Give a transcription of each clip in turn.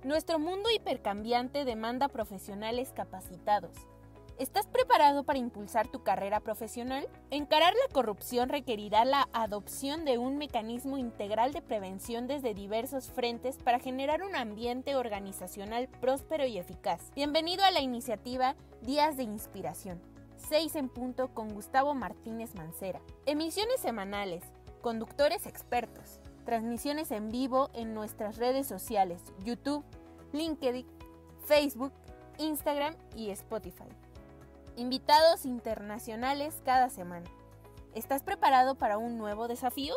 Nuestro mundo hipercambiante demanda profesionales capacitados. ¿Estás preparado para impulsar tu carrera profesional? Encarar la corrupción requerirá la adopción de un mecanismo integral de prevención desde diversos frentes para generar un ambiente organizacional próspero y eficaz. Bienvenido a la iniciativa Días de Inspiración, 6 en punto con Gustavo Martínez Mancera. Emisiones semanales, conductores expertos, transmisiones en vivo en nuestras redes sociales, YouTube, LinkedIn, Facebook, Instagram y Spotify. Invitados internacionales cada semana. ¿Estás preparado para un nuevo desafío?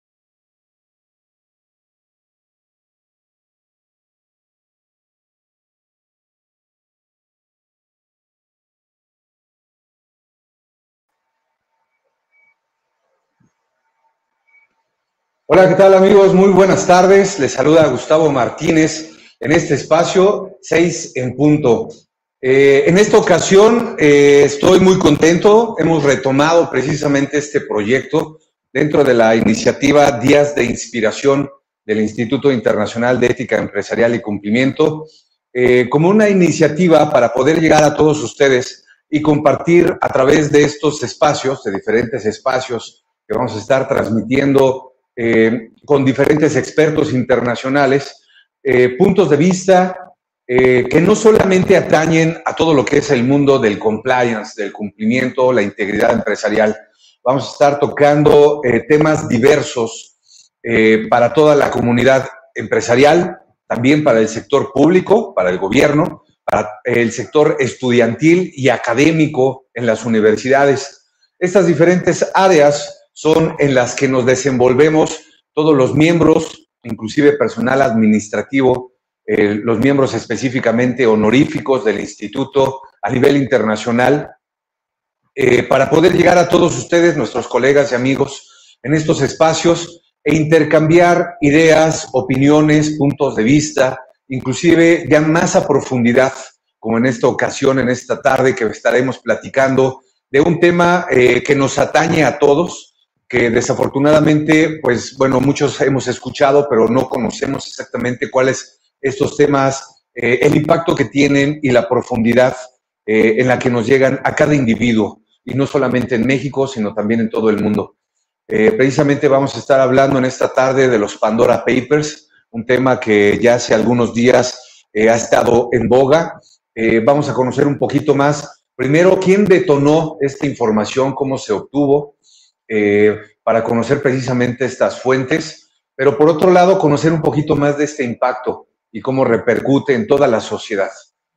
Hola, ¿qué tal amigos? Muy buenas tardes. Les saluda Gustavo Martínez en este espacio 6 en punto. En esta ocasión estoy muy contento. Hemos retomado precisamente este proyecto dentro de la iniciativa Días de Inspiración del Instituto Internacional de Ética Empresarial y Cumplimiento, como una iniciativa para poder llegar a todos ustedes y compartir a través de estos espacios, de diferentes espacios que vamos a estar transmitiendo con diferentes expertos internacionales, puntos de vista que no solamente atañen a todo lo que es el mundo del compliance, del cumplimiento, la integridad empresarial. Vamos a estar tocando temas diversos para toda la comunidad empresarial, también para el sector público, para el gobierno, para el sector estudiantil y académico en las universidades. Estas diferentes áreas son en las que nos desenvolvemos todos los miembros, inclusive personal administrativo, los miembros específicamente honoríficos del instituto a nivel internacional, para poder llegar a todos ustedes, nuestros colegas y amigos, en estos espacios e intercambiar ideas, opiniones, puntos de vista, inclusive ya más a profundidad, como en esta ocasión, en esta tarde que estaremos platicando de un tema que nos atañe a todos, que desafortunadamente, pues bueno, muchos hemos escuchado, pero no conocemos exactamente cuáles estos temas, el impacto que tienen y la profundidad en la que nos llegan a cada individuo, y no solamente en México, sino también en todo el mundo. Precisamente vamos a estar hablando en esta tarde de los Pandora Papers, un tema que ya hace algunos días ha estado en boga. Vamos a conocer un poquito más, primero, quién detonó esta información, cómo se obtuvo, para conocer precisamente estas fuentes, pero por otro lado conocer un poquito más de este impacto y cómo repercute en toda la sociedad.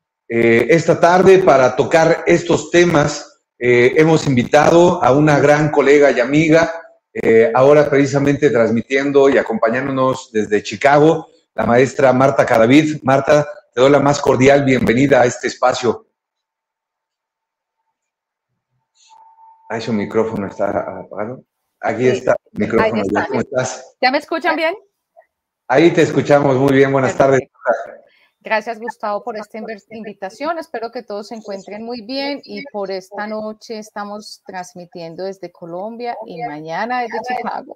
Esta tarde, para tocar estos temas, hemos invitado a una gran colega y amiga, ahora precisamente transmitiendo y acompañándonos desde Chicago, la maestra Marta Cadavid. Marta, te doy la más cordial bienvenida a este espacio. Ahí su micrófono está apagado. Aquí está el micrófono. Ahí está. ¿Cómo estás? ¿Ya me escuchan bien? Ahí te escuchamos muy bien. Buenas tardes. Gracias, Gustavo, por esta invitación. Espero que todos se encuentren muy bien y por esta noche estamos transmitiendo desde Colombia y mañana desde Chicago.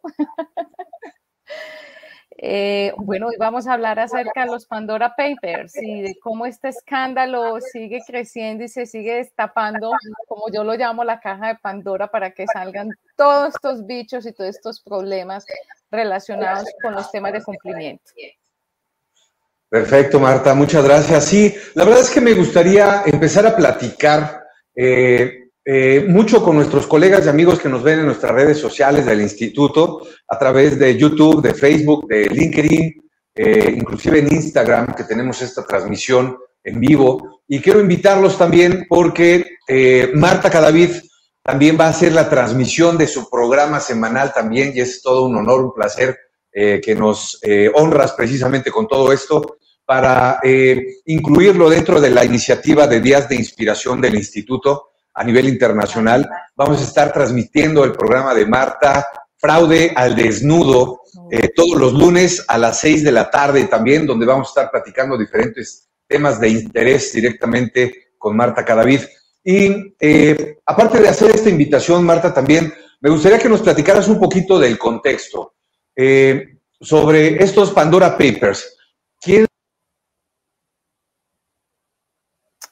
Bueno, hoy vamos a hablar acerca de los Pandora Papers y de cómo este escándalo sigue creciendo y se sigue destapando, como yo lo llamo, la caja de Pandora, para que salgan todos estos bichos y todos estos problemas relacionados con los temas de cumplimiento. Perfecto, Marta, muchas gracias. Sí, la verdad es que me gustaría empezar a platicar mucho con nuestros colegas y amigos que nos ven en nuestras redes sociales del instituto, a través de YouTube, de Facebook, de LinkedIn, inclusive en Instagram, que tenemos esta transmisión en vivo. Y quiero invitarlos también porque Marta Cadavid también va a hacer la transmisión de su programa semanal también, y es todo un honor, un placer que nos honras precisamente con todo esto, para incluirlo dentro de la iniciativa de Días de Inspiración del Instituto a nivel internacional. Vamos a estar transmitiendo el programa de Marta, Fraude al Desnudo, todos los lunes a las 6 de la tarde también, donde vamos a estar platicando diferentes temas de interés directamente con Marta Cadavid. Y aparte de hacer esta invitación, Marta, también me gustaría que nos platicaras un poquito del contexto sobre estos Pandora Papers. ¿Quién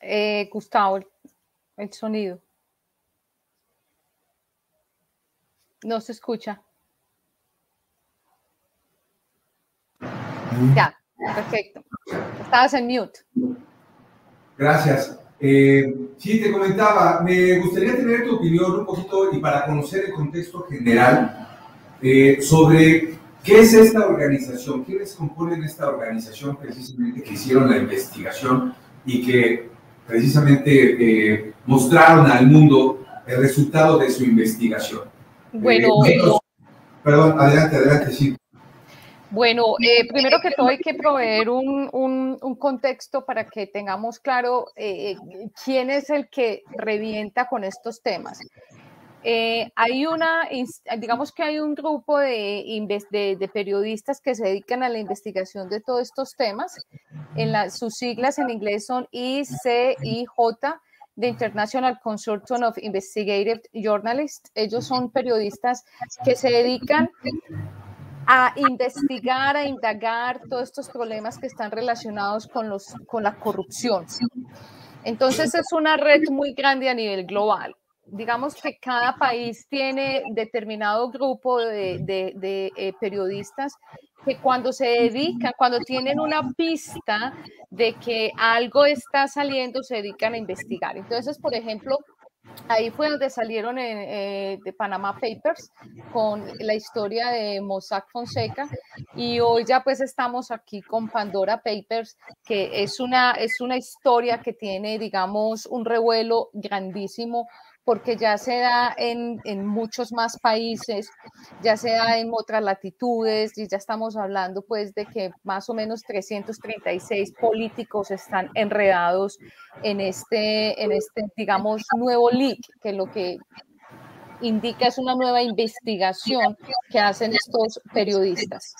Gustavo, el sonido. No se escucha. Ya, perfecto. Estabas en mute. Gracias. Sí, te comentaba, me gustaría tener tu opinión un poquito y para conocer el contexto general sobre qué es esta organización, quiénes componen esta organización precisamente que hicieron la investigación y que precisamente mostraron al mundo el resultado de su investigación. Bueno, perdón, adelante, sí. Bueno, primero que todo hay que proveer un contexto para que tengamos claro quién es el que revienta con estos temas. Digamos que hay un grupo de periodistas que se dedican a la investigación de todos estos temas. Sus siglas en inglés son ICIJ, The International Consortium of Investigative Journalists. Ellos son periodistas que se dedican a investigar, a indagar todos estos problemas que están relacionados con la corrupción. Entonces es una red muy grande a nivel global. Digamos que cada país tiene determinado grupo de periodistas que cuando se dedican, cuando tienen una pista de que algo está saliendo, se dedican a investigar. Entonces, por ejemplo, ahí fue donde salieron de Panama Papers con la historia de Mossack Fonseca y hoy ya pues estamos aquí con Pandora Papers, que es una historia que tiene, digamos, un revuelo grandísimo porque ya se da en muchos más países, ya se da en otras latitudes y ya estamos hablando pues de que más o menos 336 políticos están enredados en este, digamos, nuevo leak, que lo que indica es una nueva investigación que hacen estos periodistas.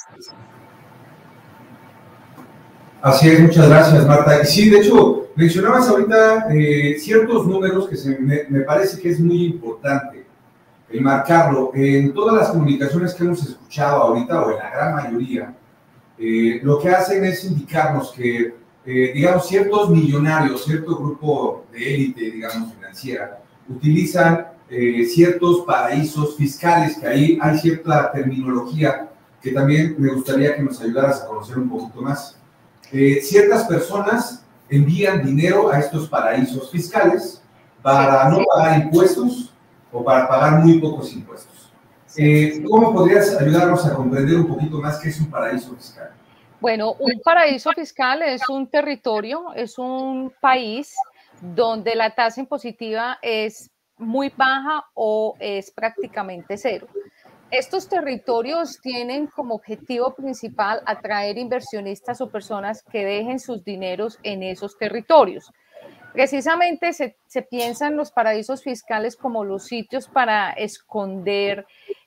Así es, muchas gracias, Marta. Y sí, de hecho, mencionabas ahorita ciertos números que me parece que es muy importante marcarlo. En todas las comunicaciones que hemos escuchado ahorita, o en la gran mayoría, lo que hacen es indicarnos que, digamos, ciertos millonarios, cierto grupo de élite, digamos, financiera, utilizan ciertos paraísos fiscales, que ahí hay cierta terminología que también me gustaría que nos ayudaras a conocer un poquito más. Ciertas personas envían dinero a estos paraísos fiscales para no pagar impuestos o para pagar muy pocos impuestos. ¿Cómo podrías ayudarnos a comprender un poquito más qué es un paraíso fiscal? Bueno, un paraíso fiscal es un territorio, es un país donde la tasa impositiva es muy baja o es prácticamente cero. Estos territorios tienen como objetivo principal atraer inversionistas o personas que dejen sus dineros en esos territorios. Precisamente se piensa en los paraísos fiscales como los sitios para esconder,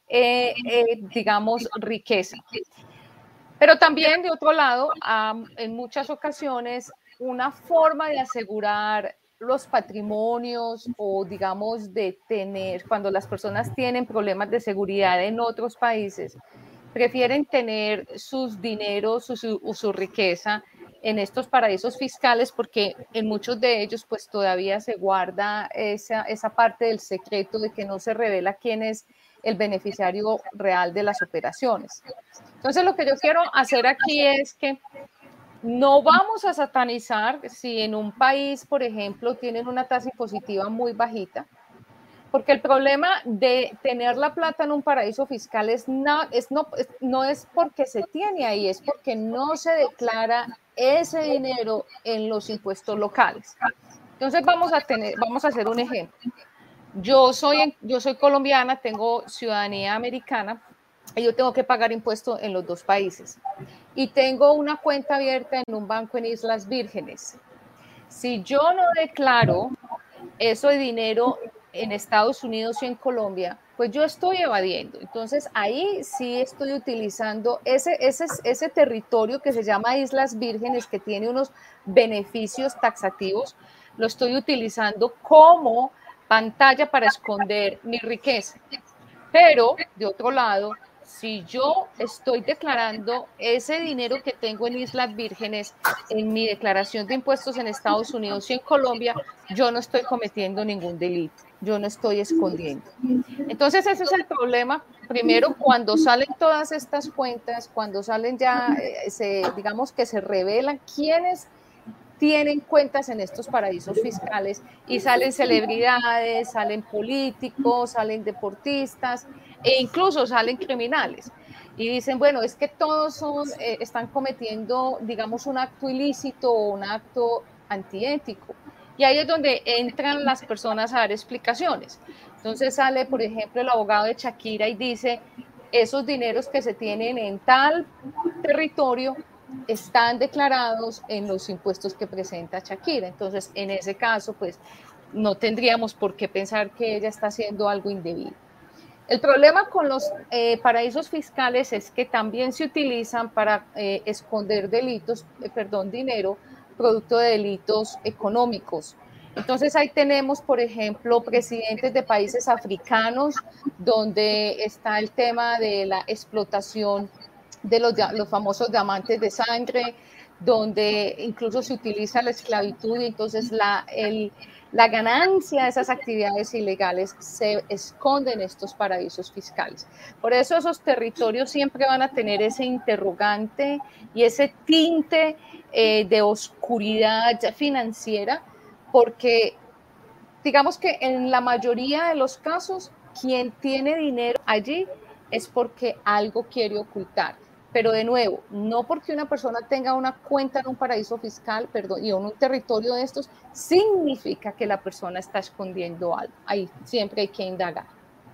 digamos, riqueza. Pero también, de otro lado, en muchas ocasiones, una forma de asegurar los patrimonios o, digamos, de tener, cuando las personas tienen problemas de seguridad en otros países, prefieren tener sus dineros o su riqueza en estos paraísos fiscales porque en muchos de ellos pues todavía se guarda esa parte del secreto de que no se revela quién es el beneficiario real de las operaciones. Entonces lo que yo quiero hacer aquí es que no vamos a satanizar si en un país, por ejemplo, tienen una tasa impositiva muy bajita, porque el problema de tener la plata en un paraíso fiscal no es porque se tiene ahí, es porque no se declara ese dinero en los impuestos locales. Entonces vamos a hacer un ejemplo. Yo soy colombiana, tengo ciudadanía americana y yo tengo que pagar impuestos en los dos países. Y tengo una cuenta abierta en un banco en Islas Vírgenes. Si yo no declaro ese dinero en Estados Unidos y en Colombia, pues yo estoy evadiendo. Entonces ahí sí estoy utilizando ese territorio que se llama Islas Vírgenes, que tiene unos beneficios taxativos, lo estoy utilizando como pantalla para esconder mi riqueza. Pero, de otro lado, si yo estoy declarando ese dinero que tengo en Islas Vírgenes en mi declaración de impuestos en Estados Unidos y en Colombia, yo no estoy cometiendo ningún delito, yo no estoy escondiendo. Entonces ese es el problema. Primero, cuando salen todas estas cuentas, cuando salen ya, digamos que se revelan quiénes tienen cuentas en estos paraísos fiscales y salen celebridades, salen políticos, salen deportistas e incluso salen criminales. Y dicen, bueno, es que todos están cometiendo, digamos, un acto ilícito o un acto antiético. Y ahí es donde entran las personas a dar explicaciones. Entonces sale, por ejemplo, el abogado de Shakira y dice, esos dineros que se tienen en tal territorio están declarados en los impuestos que presenta Shakira. Entonces, en ese caso, pues no tendríamos por qué pensar que ella está haciendo algo indebido. El problema con los paraísos fiscales es que también se utilizan para esconder dinero producto de delitos económicos. Entonces ahí tenemos, por ejemplo, presidentes de países africanos donde está el tema de la explotación de los famosos diamantes de sangre, donde incluso se utiliza la esclavitud y entonces la ganancia de esas actividades ilegales se esconde en estos paraísos fiscales. Por eso esos territorios siempre van a tener ese interrogante y ese tinte de oscuridad financiera, porque digamos que en la mayoría de los casos, quien tiene dinero allí es porque algo quiere ocultar. Pero de nuevo, no porque una persona tenga una cuenta en un paraíso fiscal, perdón, y en un territorio de estos, significa que la persona está escondiendo algo. Ahí siempre hay que indagar.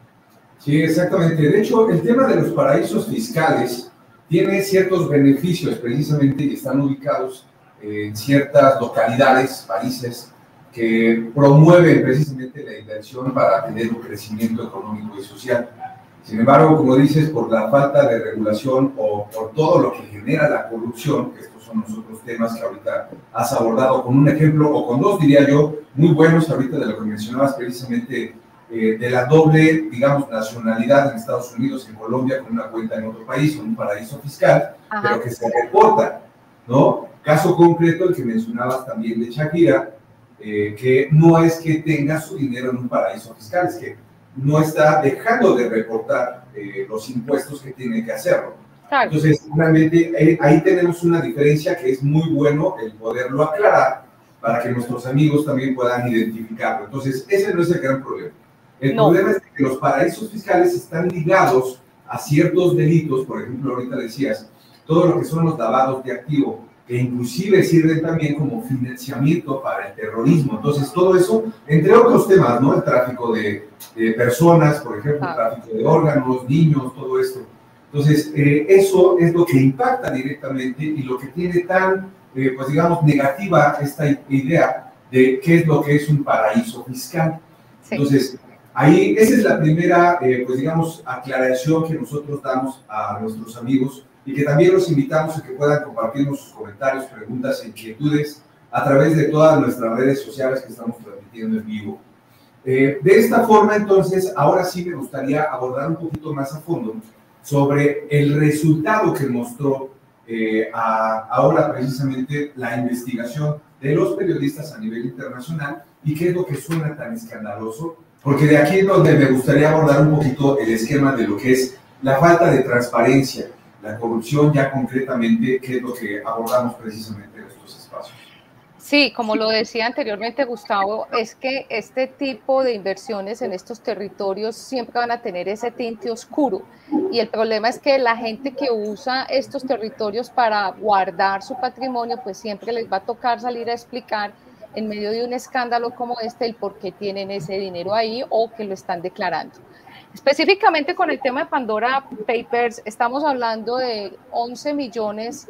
Sí, exactamente. De hecho, el tema de los paraísos fiscales tiene ciertos beneficios precisamente y están ubicados en ciertas localidades, países, que promueven precisamente la inversión para tener un crecimiento económico y social. Sin embargo, como dices, por la falta de regulación o por todo lo que genera la corrupción, que estos son los otros temas que ahorita has abordado con un ejemplo, o con dos, diría yo, muy buenos ahorita de lo que mencionabas precisamente, de la doble, digamos, nacionalidad en Estados Unidos, en Colombia, con una cuenta en otro país, o un paraíso fiscal, ajá, pero que se reporta, ¿no? Caso concreto, el que mencionabas también de Shakira, que no es que tenga su dinero en un paraíso fiscal, es que no está dejando de reportar los impuestos que tiene que hacerlo. Claro. Entonces, realmente ahí tenemos una diferencia que es muy bueno el poderlo aclarar para que nuestros amigos también puedan identificarlo. Entonces, ese no es el gran problema. El problema es que los paraísos fiscales están ligados a ciertos delitos, por ejemplo, ahorita decías, todo lo que son los lavados de activo, que inclusive sirven también como financiamiento para el terrorismo. Entonces, todo eso, entre otros temas, ¿no? El tráfico de personas, por ejemplo, el tráfico de órganos, niños, todo esto. Entonces, eso es lo que impacta directamente y lo que tiene tan, pues digamos, negativa esta idea de qué es lo que es un paraíso fiscal. Sí. Entonces, ahí, esa es la primera, pues digamos, aclaración que nosotros damos a nuestros amigos y que también los invitamos a que puedan compartirnos sus comentarios, preguntas e inquietudes a través de todas nuestras redes sociales que estamos transmitiendo en vivo. De esta forma, entonces, ahora sí me gustaría abordar un poquito más a fondo sobre el resultado que mostró ahora precisamente la investigación de los periodistas a nivel internacional y qué es lo que suena tan escandaloso, porque de aquí es donde me gustaría abordar un poquito el esquema de lo que es la falta de transparencia, la corrupción ya concretamente, que es lo que abordamos precisamente en estos espacios. Sí, como lo decía anteriormente Gustavo, es que este tipo de inversiones en estos territorios siempre van a tener ese tinte oscuro y el problema es que la gente que usa estos territorios para guardar su patrimonio, pues siempre les va a tocar salir a explicar en medio de un escándalo como este el por qué tienen ese dinero ahí o que lo están declarando. Específicamente con el tema de Pandora Papers, estamos hablando de 11 millones,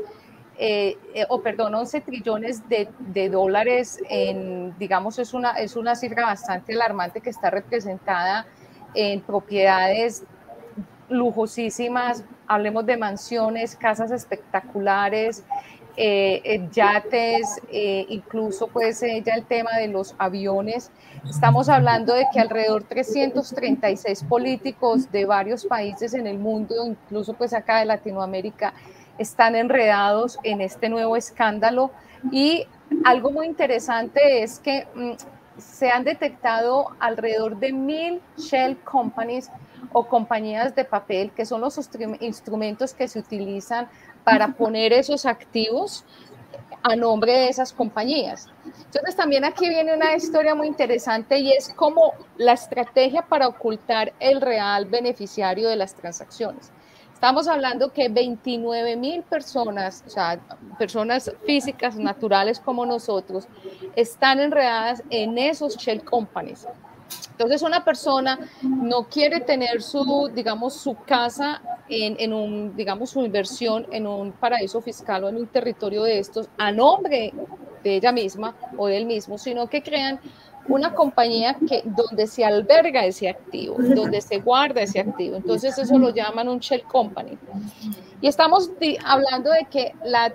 11 trillones de dólares, digamos, es una cifra bastante alarmante que está representada en propiedades lujosísimas, hablemos de mansiones, casas espectaculares, yates, incluso pues ya el tema de los aviones. Estamos hablando de que alrededor 336 políticos de varios países en el mundo, incluso pues acá de Latinoamérica, están enredados en este nuevo escándalo. Y algo muy interesante es que se han detectado alrededor de 1000 shell companies o compañías de papel, que son los instrumentos que se utilizan para poner esos activos a nombre de esas compañías. Entonces también aquí viene una historia muy interesante y es como la estrategia para ocultar el real beneficiario de las transacciones. Estamos hablando que 29,000 personas, o sea, personas físicas, naturales como nosotros, están enredadas en esos shell companies. Entonces una persona no quiere tener su, digamos, su casa en un, digamos, su inversión en un paraíso fiscal o en un territorio de estos a nombre de ella misma o del mismo, sino que crean una compañía donde se alberga ese activo, donde se guarda ese activo. Entonces eso lo llaman un shell company. Y estamos hablando de que las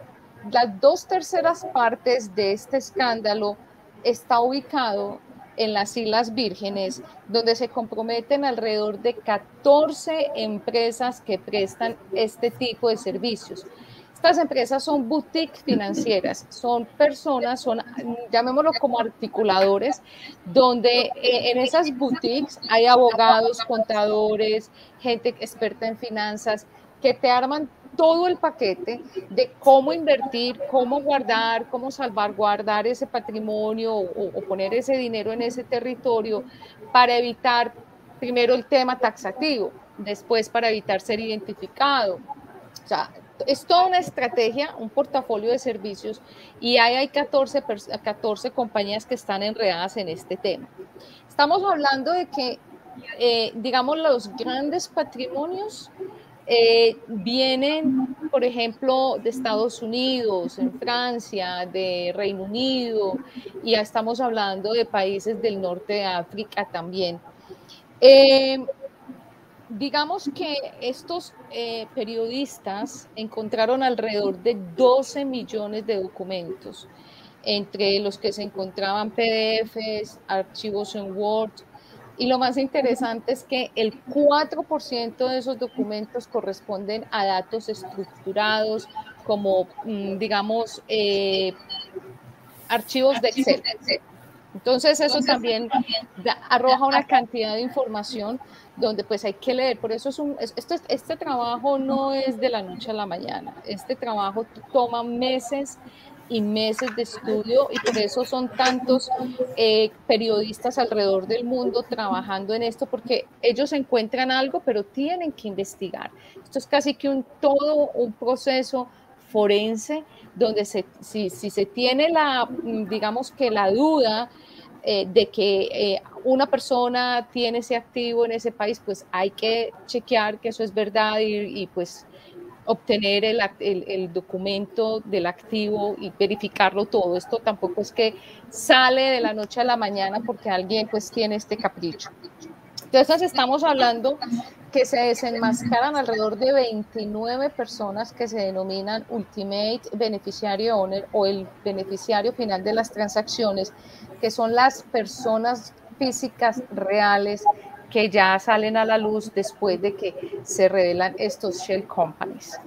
2/3 partes de este escándalo está ubicado en las Islas Vírgenes, donde se comprometen alrededor de 14 empresas que prestan este tipo de servicios. Estas empresas son boutiques financieras, son personas, llamémoslo como articuladores, donde en esas boutiques hay abogados, contadores, gente experta en finanzas, que te arman todo el paquete de cómo invertir, cómo guardar, cómo salvaguardar ese patrimonio o poner ese dinero en ese territorio para evitar primero el tema taxativo, después para evitar ser identificado. O sea, es toda una estrategia, un portafolio de servicios y hay 14 compañías que están enredadas en este tema. Estamos hablando de que, digamos, los grandes patrimonios vienen, por ejemplo, de Estados Unidos, en Francia, de Reino Unido, y ya estamos hablando de países del norte de África también. Digamos que estos periodistas encontraron alrededor de 12 millones de documentos, entre los que se encontraban PDFs, archivos en Word, y lo más interesante es que el 4% de esos documentos corresponden a datos estructurados como, digamos, archivos de Excel. Entonces eso también arroja una cantidad de información donde pues hay que leer. Por eso este trabajo no es de la noche a la mañana. Este trabajo toma meses y meses de estudio y por eso son tantos periodistas alrededor del mundo trabajando en esto, porque ellos encuentran algo pero tienen que investigar. Esto es casi que todo un proceso forense donde si se tiene digamos que la duda de que una persona tiene ese activo en ese país, pues hay que chequear que eso es verdad y pues obtener el documento del activo y verificarlo todo. Esto tampoco es que sale de la noche a la mañana porque alguien pues tiene este capricho. Entonces estamos hablando que se desenmascaran alrededor de 29 personas que se denominan Ultimate Beneficiary Owner o el beneficiario final de las transacciones, que son las personas físicas reales que ya salen a la luz después de que se revelan estos shell companies.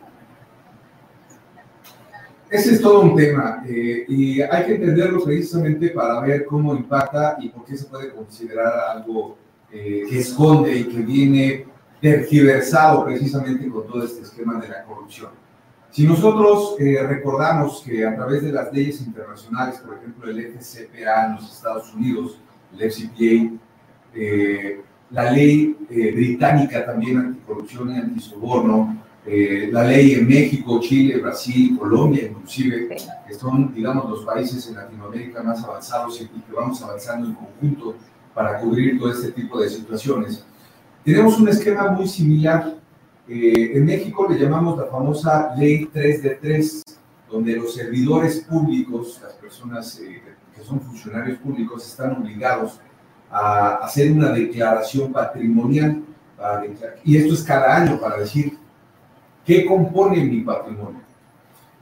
Ese es todo un tema y hay que entenderlo precisamente para ver cómo impacta y por qué se puede considerar algo que esconde y que viene tergiversado precisamente con todo este esquema de la corrupción. Si nosotros recordamos que a través de las leyes internacionales, por ejemplo el FCPA en los Estados Unidos, el FCPA, la ley británica también anticorrupción y antisoborno, la ley en México, Chile, Brasil, Colombia inclusive, que son, digamos, los países en Latinoamérica más avanzados y que vamos avanzando en conjunto para cubrir todo este tipo de situaciones. Tenemos un esquema muy similar. En México le llamamos la famosa Ley 3 de 3, donde los servidores públicos, las personas que son funcionarios públicos, están obligados a hacer una declaración patrimonial, y esto es cada año para decir qué compone mi patrimonio.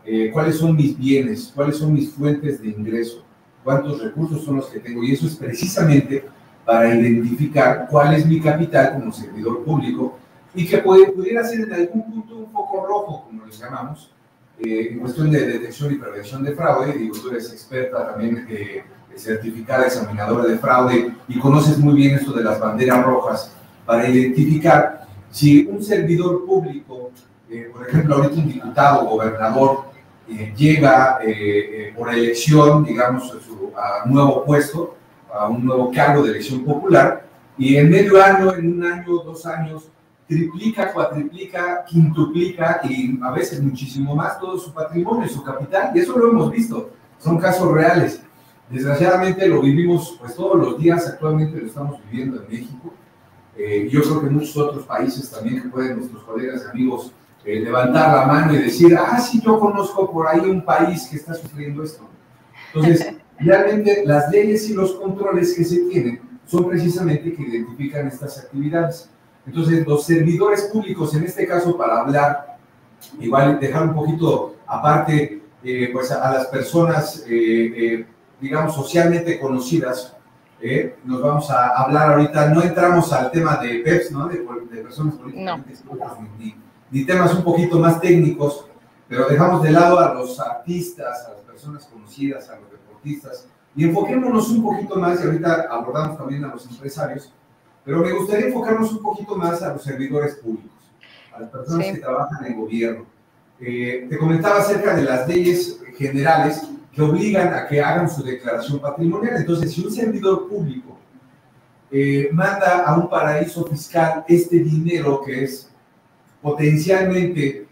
cuáles son mis bienes, cuáles son mis fuentes de ingreso, cuántos recursos son los que tengo, y eso es precisamente para identificar cuál es mi capital como servidor público y que pudiera ser en algún punto un foco rojo, como les llamamos, en cuestión de detección y prevención de fraude. Digo, tú eres experta también, certificada examinadora de fraude, y conoces muy bien esto de las banderas rojas para identificar si un servidor público, por ejemplo, ahorita un diputado, gobernador, llega por elección, digamos, a un nuevo puesto, a un nuevo cargo de elección popular, y en medio año, en un año, 2 años, triplica, cuatriplica, quintuplica y a veces muchísimo más todo su patrimonio, su capital, y eso lo hemos visto, son casos reales. Desgraciadamente lo vivimos pues todos los días, actualmente lo estamos viviendo en México. Yo creo que en muchos otros países también, que pueden nuestros colegas y amigos levantar la mano y decir, sí, yo conozco por ahí un país que está sufriendo esto. Entonces, realmente las leyes y los controles que se tienen son precisamente que identifican estas actividades. Entonces, los servidores públicos, en este caso, para hablar, igual dejar un poquito aparte pues a las personas, digamos, socialmente conocidas, nos vamos a hablar ahorita, no entramos al tema de PEPs, ¿no? De personas políticamente expuestas, ni temas un poquito más técnicos, pero dejamos de lado a los artistas, a las personas conocidas, a los deportistas, y enfoquémonos un poquito más, y ahorita abordamos también a los empresarios, pero me gustaría enfocarnos un poquito más a los servidores públicos, a las personas que trabajan en el gobierno. Te comentaba acerca de las leyes generales que obligan a que hagan su declaración patrimonial. Entonces, si un servidor público manda a un paraíso fiscal este dinero que es potencialmente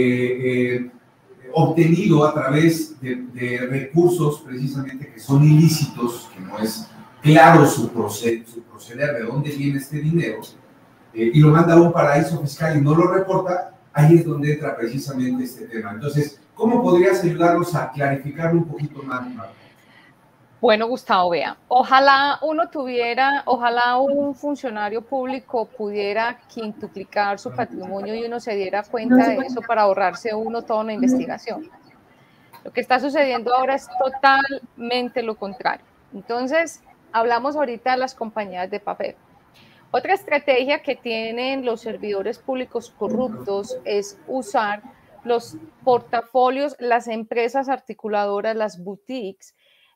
obtenido a través de recursos precisamente que son ilícitos, que no es claro su proceder, de dónde viene este dinero, y lo manda a un paraíso fiscal y no lo reporta, ahí es donde entra precisamente este tema. Entonces, ¿cómo podrías ayudarnos a clarificarlo un poquito más, Marta? Bueno, Gustavo, vea, ojalá un funcionario público pudiera quintuplicar su patrimonio y uno se diera cuenta de eso para ahorrarse uno toda una investigación. Lo que está sucediendo ahora es totalmente lo contrario. Entonces, hablamos ahorita de las compañías de papel. Otra estrategia que tienen los servidores públicos corruptos es usar los portafolios, las empresas articuladoras, las boutiques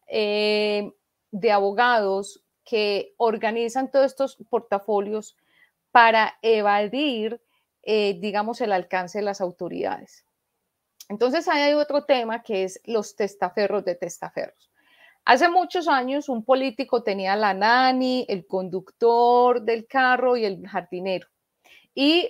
de abogados que organizan todos estos portafolios para evadir, digamos, el alcance de las autoridades. Entonces, ahí hay otro tema que es los testaferros de testaferros. Hace muchos años un político tenía la nani, el conductor del carro y el jardinero. Y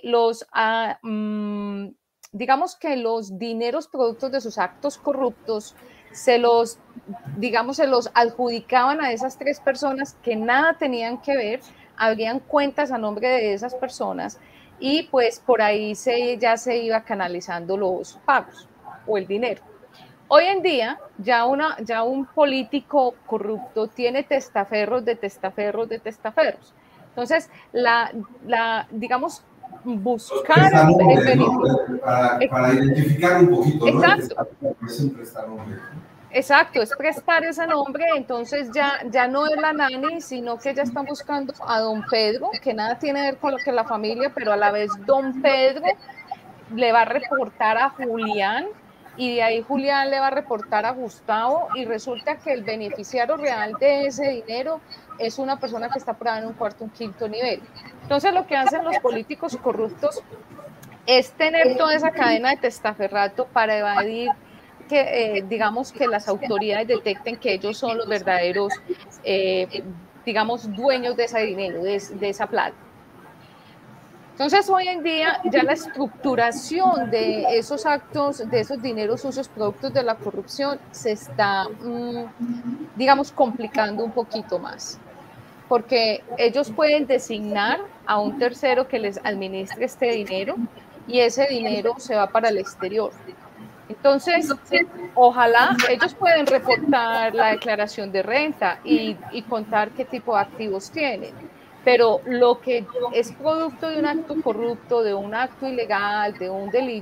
digamos que los dineros productos de sus actos corruptos se los adjudicaban a esas 3 personas que nada tenían que ver, habrían cuentas a nombre de esas personas y pues por ahí ya se iba canalizando los pagos o el dinero. Hoy en día, ya un político corrupto tiene testaferros de testaferros de testaferros. Entonces, digamos, buscar el beneficio. Para identificar un poquito, ¿no? Exacto. Es un prestanombre. Exacto, es prestar ese nombre, entonces ya no es la nani, sino que ya están buscando a don Pedro, que nada tiene que ver con lo que la familia, pero a la vez don Pedro le va a reportar a Julián, y de ahí Julián le va a reportar a Gustavo, y resulta que el beneficiario real de ese dinero es una persona que está por ahí en un cuarto, un quinto nivel. Entonces lo que hacen los políticos corruptos es tener toda esa cadena de testaferrato para evadir que, digamos, que las autoridades detecten que ellos son los verdaderos, digamos, dueños de ese dinero, de esa plata. Entonces, hoy en día ya la estructuración de esos actos, de esos dineros sucios productos de la corrupción se está, digamos, complicando un poquito más, porque ellos pueden designar a un tercero que les administre este dinero y ese dinero se va para el exterior. Entonces, ojalá ellos pueden reportar la declaración de renta y contar qué tipo de activos tienen. Pero lo que es producto de un acto corrupto, de un acto ilegal, de un delito,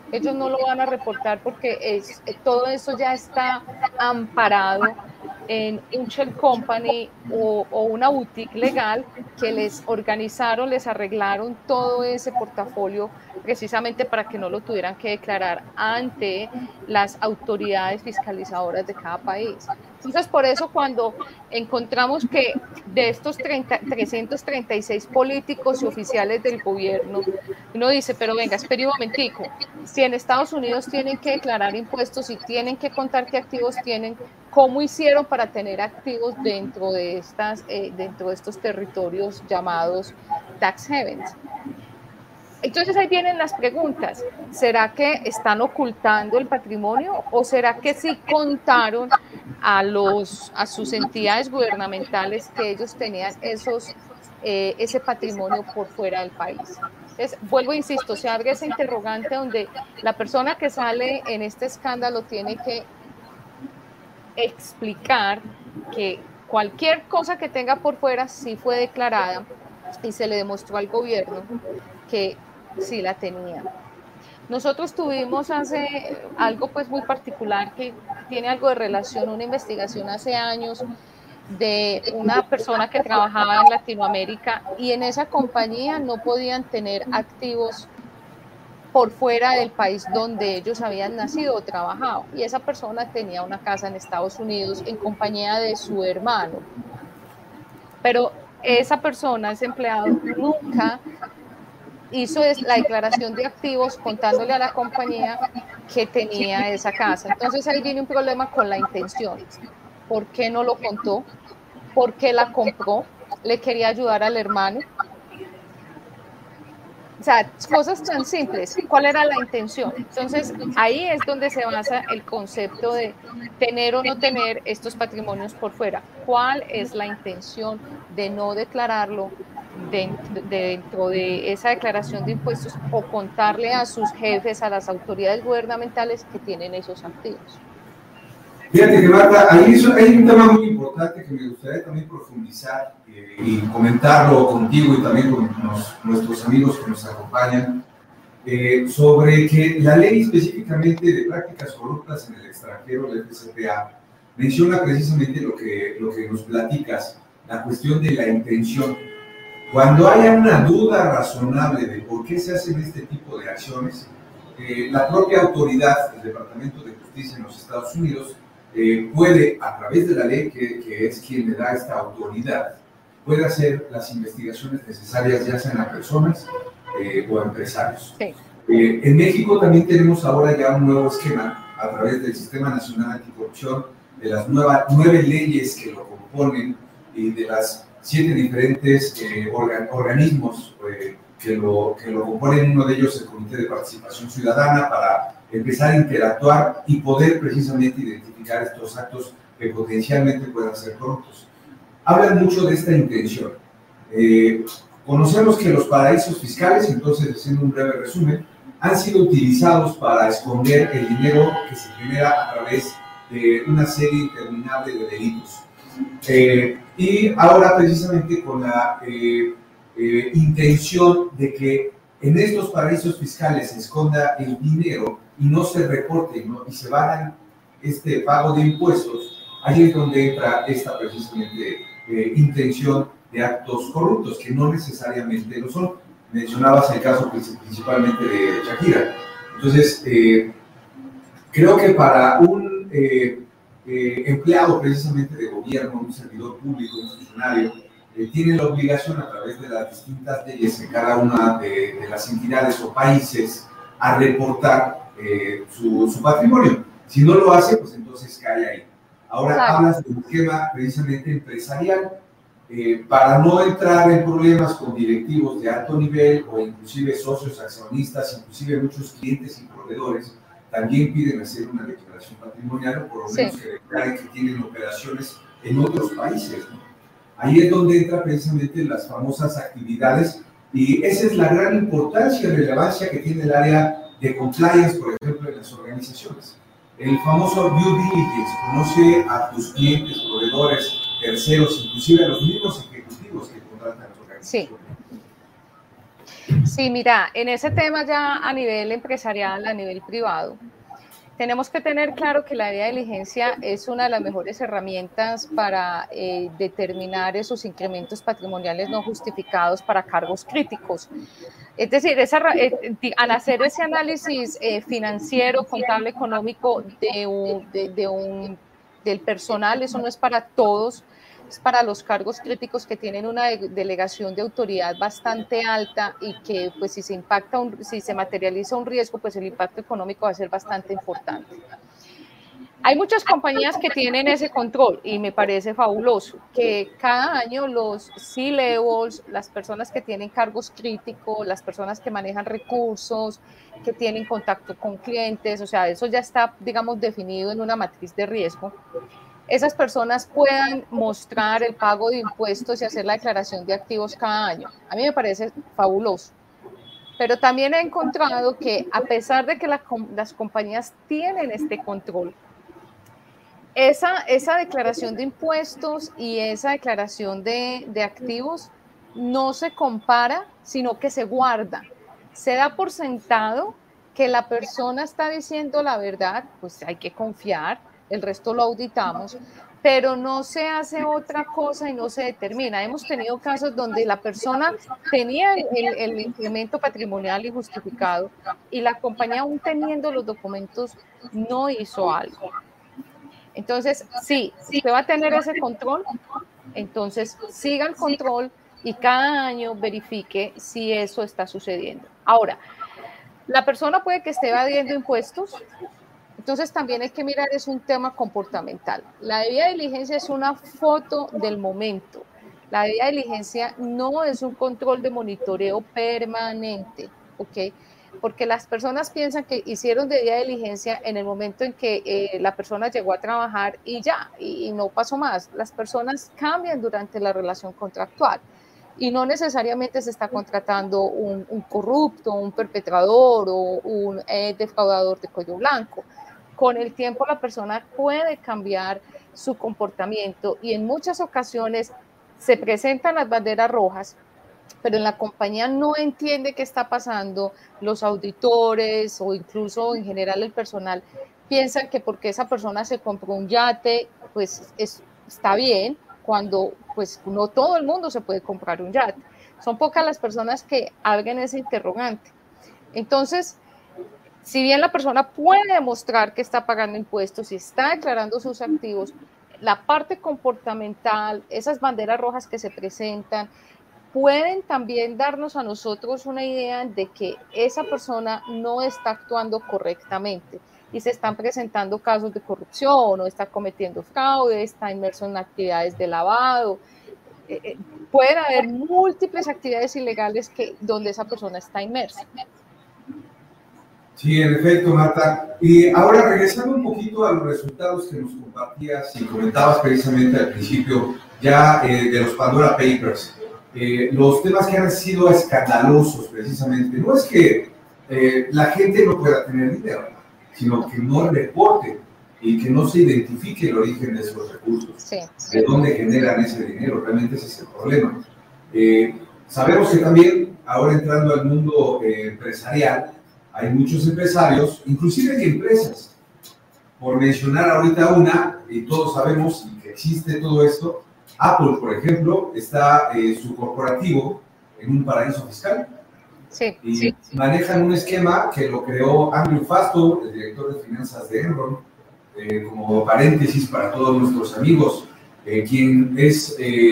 ellos no lo van a reportar porque todo eso ya está amparado en un shell company o una boutique legal que les organizaron, les arreglaron todo ese portafolio precisamente para que no lo tuvieran que declarar ante las autoridades fiscalizadoras de cada país. Entonces, por eso cuando encontramos que de estos 336 políticos y oficiales del gobierno, uno dice, pero venga, espere un momentico, si en Estados Unidos tienen que declarar impuestos y tienen que contar qué activos tienen, ¿cómo hicieron para tener activos dentro de estos territorios llamados tax havens? Entonces ahí vienen las preguntas. ¿Será que están ocultando el patrimonio o será que sí contaron a sus entidades gubernamentales que ellos tenían ese patrimonio por fuera del país? Entonces, vuelvo, insisto, se abre esa interrogante donde la persona que sale en este escándalo tiene que explicar que cualquier cosa que tenga por fuera sí fue declarada y se le demostró al gobierno que sí la tenía. Nosotros tuvimos hace algo pues muy particular que tiene algo de relación, una investigación hace años de una persona que trabajaba en Latinoamérica y en esa compañía no podían tener activos por fuera del país donde ellos habían nacido o trabajado. Y esa persona tenía una casa en Estados Unidos en compañía de su hermano. Pero esa persona, ese empleado, nunca hizo la declaración de activos contándole a la compañía que tenía esa casa. Entonces ahí viene un problema con la intención. ¿Por qué no lo contó? ¿Por qué la compró? ¿Le quería ayudar al hermano? O sea, cosas tan simples. ¿Cuál era la intención? Entonces, ahí es donde se basa el concepto de tener o no tener estos patrimonios por fuera. ¿Cuál es la intención de no declararlo dentro de esa declaración de impuestos o contarle a sus jefes, a las autoridades gubernamentales que tienen esos activos? Fíjate que, Marta, ahí hay un tema muy importante que me gustaría también profundizar y comentarlo contigo y también con nuestros amigos que nos acompañan, sobre que la ley específicamente de prácticas corruptas en el extranjero, la FCPA, menciona precisamente lo que nos platicas, la cuestión de la intención. Cuando haya una duda razonable de por qué se hacen este tipo de acciones, la propia autoridad del Departamento de Justicia en los Estados Unidos puede, a través de la ley, que es quien le da esta autoridad, puede hacer las investigaciones necesarias, ya sean a personas o a empresarios. Sí. En México también tenemos ahora ya un nuevo esquema a través del Sistema Nacional Anticorrupción, de las 9 leyes que lo componen y de las 7 diferentes organismos que lo componen, uno de ellos el Comité de Participación Ciudadana, para empezar a interactuar y poder precisamente identificar estos actos que potencialmente puedan ser corruptos. Hablan mucho de esta intención. Conocemos que los paraísos fiscales, entonces, haciendo un breve resumen, han sido utilizados para esconder el dinero que se genera a través de una serie interminable de delitos. Y ahora precisamente con la intención de que en estos paraísos fiscales se esconda el dinero y no se reporte, ¿no? Y se vayan este pago de impuestos, ahí es donde entra esta precisamente intención de actos corruptos, que no necesariamente lo son. Mencionabas el caso principalmente de Shakira. Entonces, creo que para un empleado precisamente de gobierno, un servidor público, un funcionario, tiene la obligación a través de las distintas leyes en cada una de las entidades o países a reportar su patrimonio. Si no lo hace, pues entonces cae ahí. Ahora claro. Hablas de un esquema precisamente empresarial para no entrar en problemas con directivos de alto nivel o inclusive socios, accionistas, inclusive muchos clientes y proveedores. También piden hacer una declaración patrimonial o por lo menos que declaren que tienen operaciones en otros países, ¿no? Ahí es donde entra precisamente las famosas actividades y esa es la gran importancia y relevancia que tiene el área de compliance, por ejemplo, en las organizaciones. El famoso due diligence, conoce a tus clientes, proveedores, terceros, inclusive a los mismos ejecutivos que contratan las organizaciones. Sí, mira, en ese tema ya a nivel empresarial, a nivel privado, tenemos que tener claro que la debida diligencia es una de las mejores herramientas para determinar esos incrementos patrimoniales no justificados para cargos críticos. Es decir, al hacer ese análisis financiero, contable, económico del personal, eso no es para todos, es para los cargos críticos que tienen una delegación de autoridad bastante alta y que pues si se materializa un riesgo, pues el impacto económico va a ser bastante importante. Hay muchas compañías que tienen ese control y me parece fabuloso que cada año los C-levels, las personas que tienen cargos críticos, las personas que manejan recursos, que tienen contacto con clientes, o sea, eso ya está, digamos, definido en una matriz de riesgo. Esas personas puedan mostrar el pago de impuestos y hacer la declaración de activos cada año. A mí me parece fabuloso. Pero también he encontrado que a pesar de que las compañías tienen este control, esa declaración de impuestos y esa declaración de activos no se compara, sino que se guarda. Se da por sentado que la persona está diciendo la verdad, pues hay que confiar, el resto lo auditamos, pero no se hace otra cosa y no se determina. Hemos tenido casos donde la persona tenía el incremento patrimonial injustificado y la compañía, aún teniendo los documentos, no hizo algo. Entonces, sí, usted va a tener ese control, entonces siga el control y cada año verifique si eso está sucediendo. Ahora, la persona puede que esté evadiendo impuestos, entonces también hay que mirar, es un tema comportamental. La debida diligencia es una foto del momento. La debida diligencia no es un control de monitoreo permanente, ¿ok? Porque las personas piensan que hicieron debida diligencia en el momento en que la persona llegó a trabajar y ya, y no pasó más. Las personas cambian durante la relación contractual y no necesariamente se está contratando un corrupto, un perpetrador o un defraudador de cuello blanco. Con el tiempo la persona puede cambiar su comportamiento y en muchas ocasiones se presentan las banderas rojas, pero en la compañía no entiende qué está pasando. Los auditores o incluso en general el personal piensan que porque esa persona se compró un yate, pues está bien, cuando pues no todo el mundo se puede comprar un yate. Son pocas las personas que abren ese interrogante. Entonces, si bien la persona puede demostrar que está pagando impuestos y está declarando sus activos, la parte comportamental, esas banderas rojas que se presentan, pueden también darnos a nosotros una idea de que esa persona no está actuando correctamente y se están presentando casos de corrupción o está cometiendo fraude, está inmerso en actividades de lavado. Pueden haber múltiples actividades ilegales donde esa persona está inmersa. Sí, en efecto, Marta. Y ahora regresando un poquito a los resultados que nos compartías y comentabas precisamente al principio ya de los Pandora Papers, los temas que han sido escandalosos precisamente, no es que la gente no pueda tener dinero, sino que no reporte y que no se identifique el origen de esos recursos, sí, de dónde generan ese dinero, realmente ese es el problema. Sabemos que también, ahora entrando al mundo empresarial, hay muchos empresarios, inclusive hay empresas, por mencionar ahorita una, y todos sabemos que existe todo esto. Apple, por ejemplo, está su corporativo en un paraíso fiscal. Sí, y sí. Manejan un esquema que lo creó Andrew Fastow, el director de finanzas de Enron, como paréntesis para todos nuestros amigos, quien es...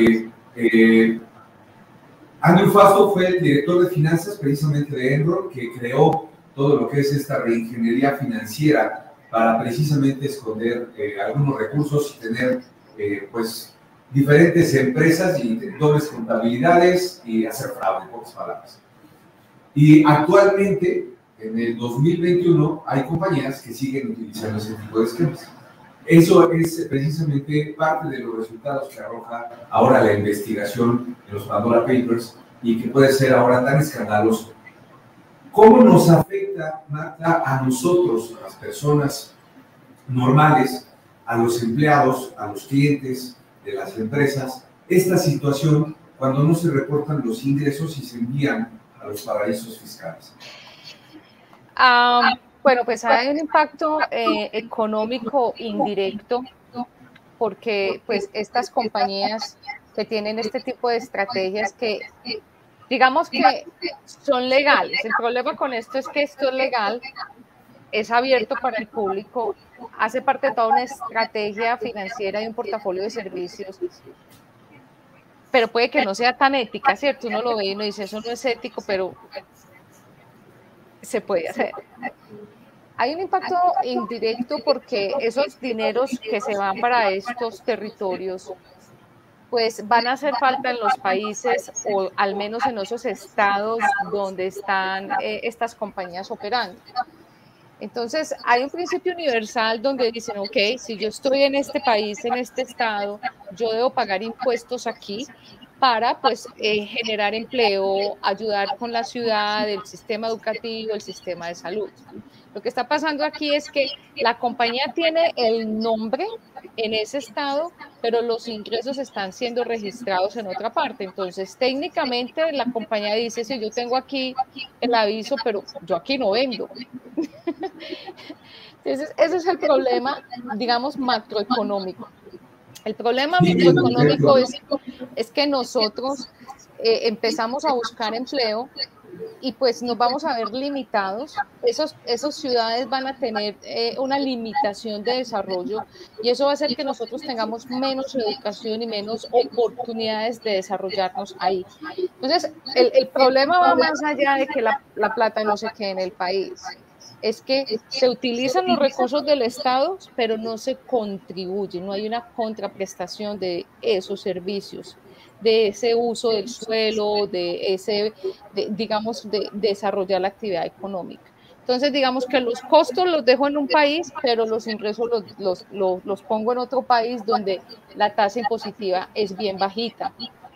Andrew Fastow fue el director de finanzas precisamente de Enron, que creó todo lo que es esta reingeniería financiera para precisamente esconder algunos recursos y tener pues diferentes empresas y dobles contabilidades y hacer fraude, en pocas palabras. Y actualmente, en el 2021, hay compañías que siguen utilizando ese tipo de esquemas. Eso es precisamente parte de los resultados que arroja ahora la investigación de los Pandora Papers y que puede ser ahora tan escandaloso. ¿Cómo nos afecta, Marta, a nosotros, a las personas normales, a los empleados, a los clientes de las empresas, esta situación cuando no se reportan los ingresos y se envían a los paraísos fiscales? Bueno, pues hay un impacto económico indirecto, porque pues estas compañías que tienen este tipo de estrategias que digamos que son legales. El problema con esto es que esto es legal, es abierto para el público, hace parte de toda una estrategia financiera y un portafolio de servicios, pero puede que no sea tan ética, ¿cierto? Uno lo ve y uno dice, eso no es ético, pero se puede hacer. Hay un impacto indirecto porque esos dineros que se van para estos territorios pues van a hacer falta en los países o al menos en esos estados donde están estas compañías operando. Entonces, hay un principio universal donde dicen, ok, si yo estoy en este país, en este estado, yo debo pagar impuestos aquí para pues generar empleo, ayudar con la ciudad, el sistema educativo, el sistema de salud. Lo que está pasando aquí es que la compañía tiene el nombre en ese estado, pero los ingresos están siendo registrados en otra parte. Entonces, técnicamente la compañía dice, sí, yo tengo aquí el aviso, pero yo aquí no vendo. Entonces, ese es el problema, digamos, macroeconómico. El problema microeconómico es que nosotros empezamos a buscar empleo y pues nos vamos a ver limitados. Esas ciudades van a tener una limitación de desarrollo y eso va a hacer que nosotros tengamos menos educación y menos oportunidades de desarrollarnos ahí. Entonces, el problema va más allá de que la plata no se quede en el país. Es que se utilizan los recursos del Estado, pero no se contribuye, no hay una contraprestación de esos servicios, de ese uso del suelo, digamos, de desarrollar la actividad económica. Entonces, digamos que los costos los dejo en un país, pero los ingresos los pongo en otro país donde la tasa impositiva es bien bajita.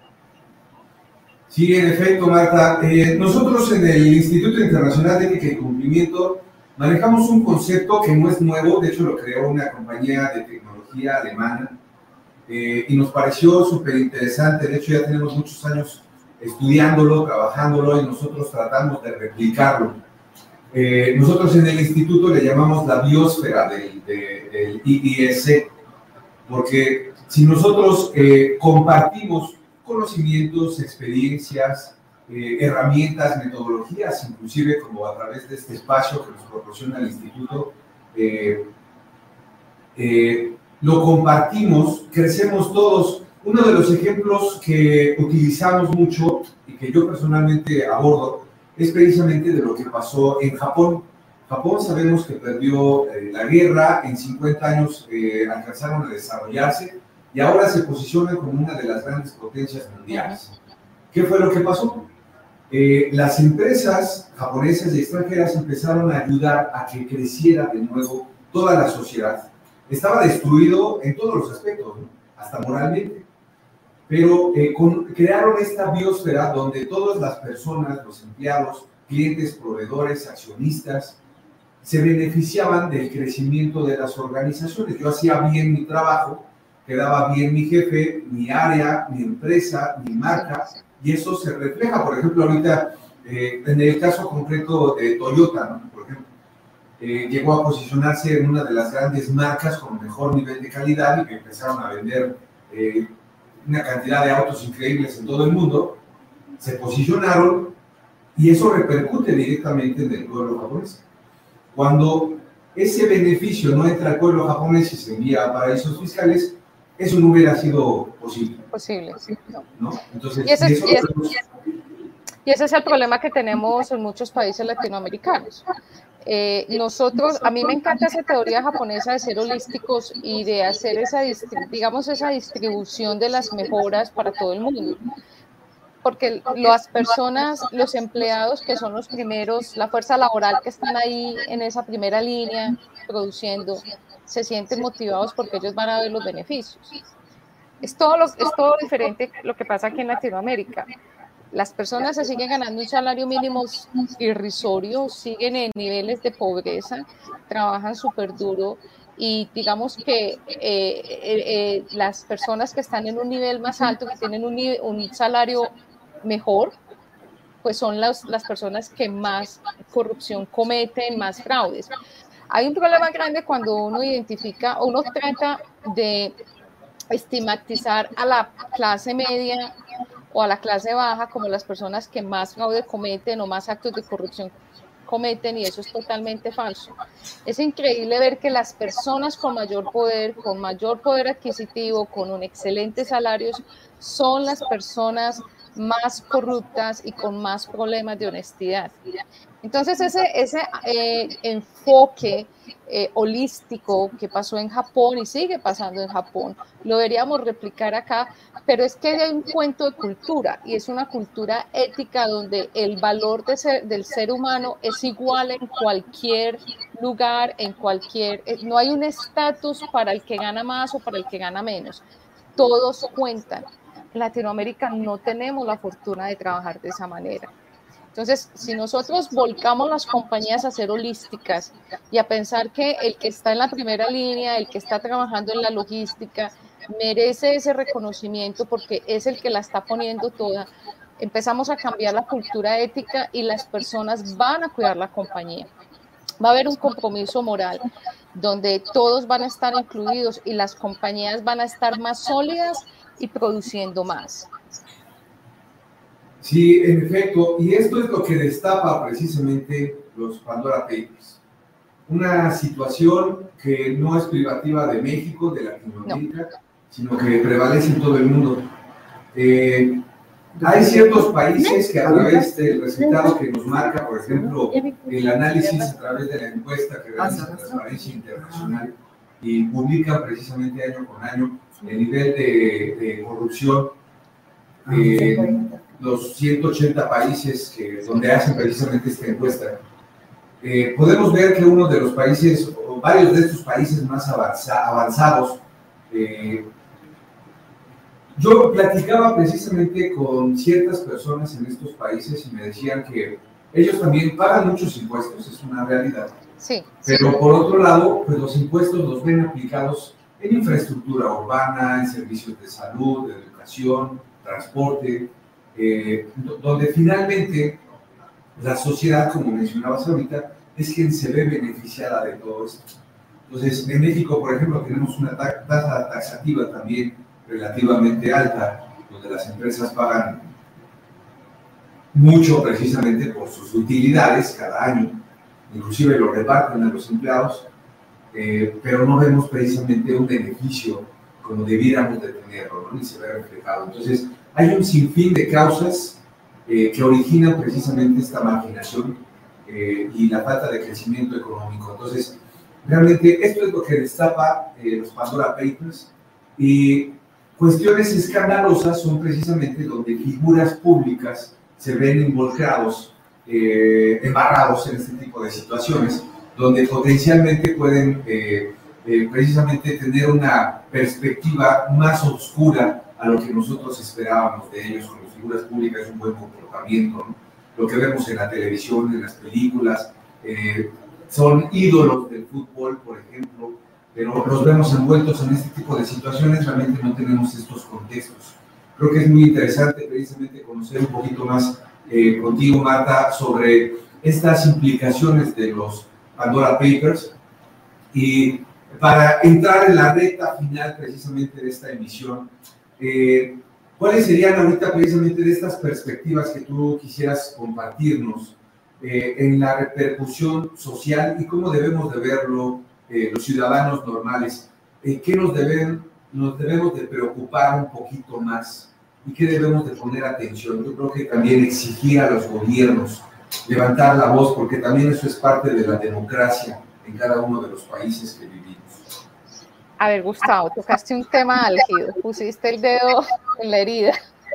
Sí, en efecto, Marta. Nosotros en el Instituto Internacional de Ética y Cumplimiento manejamos un concepto que no es nuevo, de hecho lo creó una compañía de tecnología alemana y nos pareció súper interesante. De hecho ya tenemos muchos años estudiándolo, trabajándolo y nosotros tratamos de replicarlo. Nosotros en el instituto le llamamos la biosfera del IISC, porque si nosotros compartimos conocimientos, experiencias, herramientas, metodologías, inclusive como a través de este espacio que nos proporciona el instituto, lo compartimos, crecemos todos. Uno de los ejemplos que utilizamos mucho y que yo personalmente abordo es precisamente de lo que pasó en Japón. Japón sabemos que perdió la guerra, en 50 años alcanzaron a desarrollarse y ahora se posicionan como una de las grandes potencias mundiales. ¿Qué fue lo que pasó? Las empresas japonesas y extranjeras empezaron a ayudar a que creciera de nuevo toda la sociedad. Estaba destruido en todos los aspectos, ¿no? Hasta moralmente. Pero crearon esta biosfera donde todas las personas, los empleados, clientes, proveedores, accionistas, se beneficiaban del crecimiento de las organizaciones. Yo hacía bien mi trabajo, quedaba bien mi jefe, mi área, mi empresa, mi marca, y eso se refleja, por ejemplo, ahorita, en el caso concreto de Toyota, ¿no? Por ejemplo, llegó a posicionarse en una de las grandes marcas con mejor nivel de calidad y que empezaron a vender una cantidad de autos increíbles en todo el mundo, se posicionaron y eso repercute directamente en el pueblo japonés. Cuando ese beneficio no entra al pueblo japonés y se envía a paraísos fiscales, eso no hubiera sido posible. ¿No? Entonces, y ese es el problema que tenemos en muchos países latinoamericanos. A mí me encanta esa teoría japonesa de ser holísticos y de hacer esa distribución de las mejoras para todo el mundo. Porque las personas, los empleados que son los primeros, la fuerza laboral que están ahí en esa primera línea produciendo, se sienten motivados porque ellos van a ver los beneficios. Es todo diferente lo que pasa aquí en Latinoamérica. Las personas se siguen ganando un salario mínimo irrisorio, siguen en niveles de pobreza, trabajan súper duro y digamos que las personas que están en un nivel más alto, que tienen un salario mejor, pues son las personas que más corrupción cometen, más fraudes. Hay un problema grande cuando uno identifica, o uno trata de estigmatizar a la clase media o a la clase baja como las personas que más fraude cometen o más actos de corrupción cometen, y eso es totalmente falso. Es increíble ver que las personas con mayor poder adquisitivo, con un excelentes salarios, son las personas más corruptas y con más problemas de honestidad. Entonces, ese enfoque holístico que pasó en Japón y sigue pasando en Japón, lo deberíamos replicar acá, pero es que hay un cuento de cultura, y es una cultura ética donde el valor del ser humano es igual en cualquier lugar, no hay un estatus para el que gana más o para el que gana menos, todos cuentan. En Latinoamérica no tenemos la fortuna de trabajar de esa manera. Entonces, si nosotros volcamos las compañías a ser holísticas y a pensar que el que está en la primera línea, el que está trabajando en la logística, merece ese reconocimiento porque es el que la está poniendo toda, empezamos a cambiar la cultura ética y las personas van a cuidar la compañía. Va a haber un compromiso moral donde todos van a estar incluidos y las compañías van a estar más sólidas y produciendo más. Sí, en efecto, y esto es lo que destapa precisamente los Pandora Papers. Una situación que no es privativa de México, de Latinoamérica, sino que prevalece en todo el mundo. Hay ciertos países que a través del resultado que nos marca, por ejemplo, el análisis a través de la encuesta que realiza Transparencia Internacional y publican precisamente año con año el nivel de corrupción, los 180 países donde hacen precisamente esta encuesta, podemos ver que uno de los países, o varios de estos países más avanzados, yo platicaba precisamente con ciertas personas en estos países y me decían que ellos también pagan muchos impuestos, es una realidad. Sí. Pero por otro lado, pues los impuestos los ven aplicados en infraestructura urbana, en servicios de salud, de educación, transporte, donde finalmente la sociedad, como mencionabas ahorita, es quien se ve beneficiada de todo esto. Entonces, en México, por ejemplo, tenemos una tasa taxativa también relativamente alta, donde las empresas pagan mucho precisamente por sus utilidades cada año, inclusive lo reparten a los empleados, pero no vemos precisamente un beneficio como debiéramos de tenerlo, ¿no? Ni se ve reflejado. Entonces, hay un sinfín de causas que originan precisamente esta marginación y la falta de crecimiento económico. Entonces, realmente esto es lo que destapa los Pandora Papers, y cuestiones escandalosas son precisamente donde figuras públicas se ven involucrados, embarrados en este tipo de situaciones, donde potencialmente pueden precisamente tener una perspectiva más oscura a lo que nosotros esperábamos de ellos. Como figuras públicas, un buen comportamiento, ¿no? Lo que vemos en la televisión, en las películas, son ídolos del fútbol, por ejemplo, pero los vemos envueltos en este tipo de situaciones, realmente no tenemos estos contextos. Creo que es muy interesante precisamente conocer un poquito más contigo, Marta, sobre estas implicaciones de los Pandora Papers, y para entrar en la recta final precisamente de esta emisión, ¿cuáles serían ahorita precisamente de estas perspectivas que tú quisieras compartirnos en la repercusión social y cómo debemos de verlo los ciudadanos normales? ¿Qué nos debemos de preocupar un poquito más y qué debemos de poner atención? Yo creo que también exigir a los gobiernos levantar la voz, porque también eso es parte de la democracia en cada uno de los países que vivimos. A ver, Gustavo, tocaste un tema álgido, pusiste el dedo en la herida.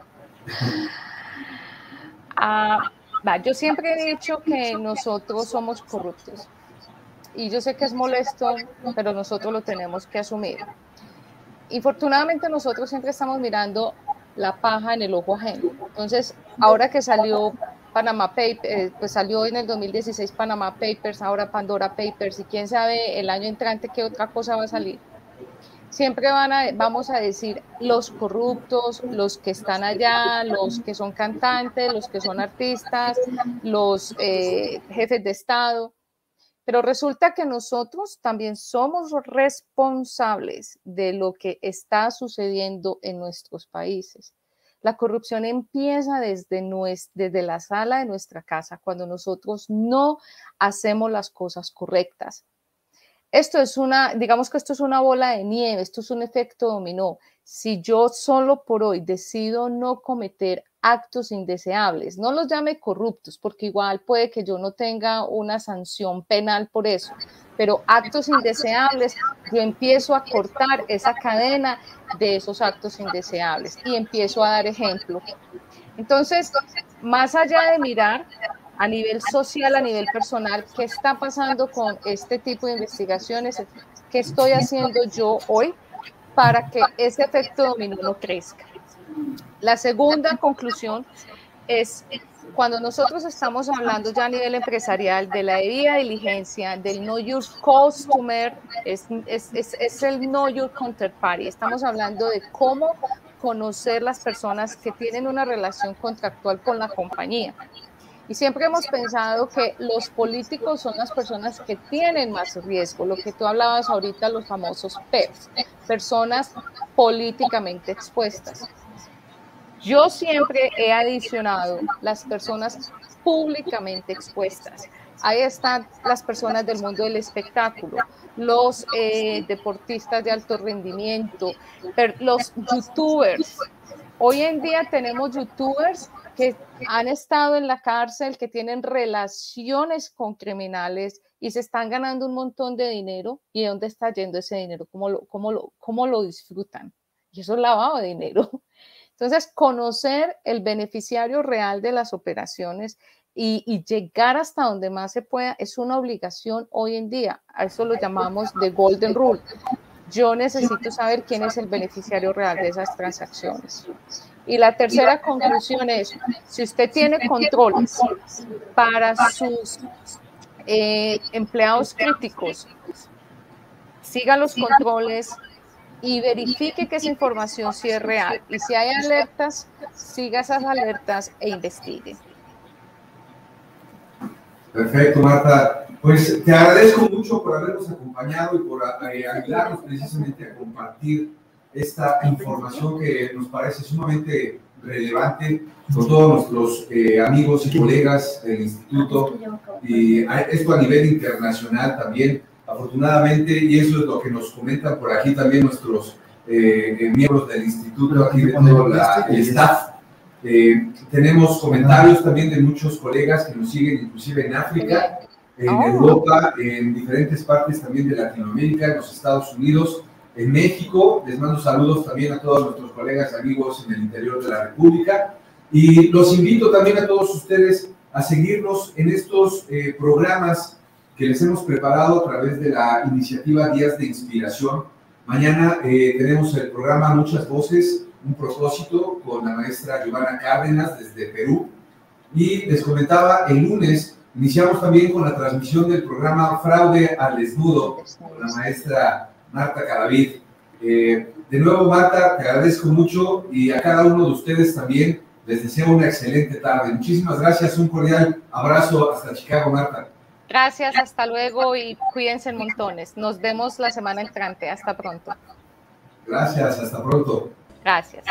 Yo siempre he dicho que nosotros somos corruptos, y yo sé que es molesto, pero nosotros lo tenemos que asumir. Infortunadamente nosotros siempre estamos mirando la paja en el ojo ajeno. Entonces, ahora que salió Panama Papers, pues salió en el 2016 Panama Papers, ahora Pandora Papers, y quién sabe el año entrante qué otra cosa va a salir. siempre vamos a decir los corruptos, los que están allá, los que son cantantes, los que son artistas, los jefes de Estado. Pero resulta que nosotros también somos responsables de lo que está sucediendo en nuestros países. La corrupción empieza desde la sala de nuestra casa, cuando nosotros no hacemos las cosas correctas. Digamos que esto es una bola de nieve, esto es un efecto dominó. Si yo solo por hoy decido no cometer actos indeseables, no los llame corruptos, porque igual puede que yo no tenga una sanción penal por eso, pero actos indeseables, yo empiezo a cortar esa cadena de esos actos indeseables y empiezo a dar ejemplo. Entonces, más allá de mirar a nivel social, a nivel personal, qué está pasando con este tipo de investigaciones, qué estoy haciendo yo hoy para que ese efecto dominó no crezca. La segunda conclusión es cuando nosotros estamos hablando ya a nivel empresarial de la debida diligencia, del know your customer, es el know your counterparty. Estamos hablando de cómo conocer las personas que tienen una relación contractual con la compañía. Y siempre hemos pensado que los políticos son las personas que tienen más riesgo, lo que tú hablabas ahorita, los famosos PERS, personas políticamente expuestas. Yo siempre he adicionado las personas públicamente expuestas. Ahí están las personas del mundo del espectáculo, los deportistas de alto rendimiento, los youtubers. Hoy en día tenemos youtubers que han estado en la cárcel, que tienen relaciones con criminales y se están ganando un montón de dinero. ¿Y de dónde está yendo ese dinero? ¿Cómo lo disfrutan? Y eso es lavado de dinero. Entonces, conocer el beneficiario real de las operaciones y llegar hasta donde más se pueda es una obligación hoy en día. A eso lo llamamos the golden rule. Yo necesito saber quién es el beneficiario real de esas transacciones. Y la tercera conclusión es, si usted tiene controles para sus empleados críticos, siga los controles y verifique que esa información sí es real. Y si hay alertas, siga esas alertas e investigue. Perfecto, Marta. Pues te agradezco mucho por habernos acompañado y por ayudarnos precisamente a compartir esta información que nos parece sumamente relevante con todos nuestros amigos y colegas del instituto, y esto a nivel internacional también, afortunadamente, y eso es lo que nos comentan por aquí también nuestros miembros del instituto, aquí de todo el staff. Tenemos comentarios también de muchos colegas que nos siguen inclusive en África, en Europa, en diferentes partes también de Latinoamérica, en los Estados Unidos, en México. Les mando saludos también a todos nuestros colegas y amigos en el interior de la República. Y los invito también a todos ustedes a seguirnos en estos programas que les hemos preparado a través de la iniciativa Días de Inspiración. Mañana tenemos el programa Muchas Voces, un propósito, con la maestra Giovanna Cárdenas desde Perú. Y les comentaba, el lunes iniciamos también con la transmisión del programa Fraude al Desnudo con la maestra Marta Cadavid. De nuevo, Marta, te agradezco mucho, y a cada uno de ustedes también les deseo una excelente tarde. Muchísimas gracias, un cordial abrazo hasta Chicago, Marta. Gracias, hasta luego y cuídense en montones. Nos vemos la semana entrante. Hasta pronto. Gracias, hasta pronto. Gracias.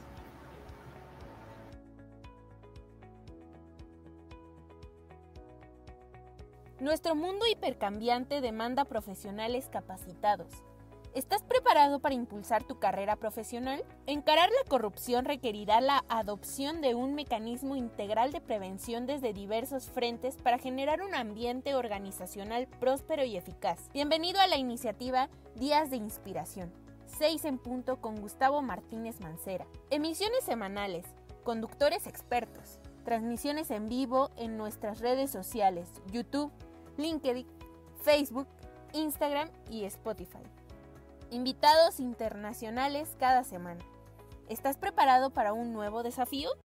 Nuestro mundo hipercambiante demanda profesionales capacitados. ¿Estás preparado para impulsar tu carrera profesional? Encarar la corrupción requerirá la adopción de un mecanismo integral de prevención desde diversos frentes para generar un ambiente organizacional próspero y eficaz. Bienvenido a la iniciativa Días de Inspiración. 6 en punto con Gustavo Martínez Mancera. Emisiones semanales, conductores expertos, transmisiones en vivo en nuestras redes sociales, YouTube, LinkedIn, Facebook, Instagram y Spotify. Invitados internacionales cada semana. ¿Estás preparado para un nuevo desafío?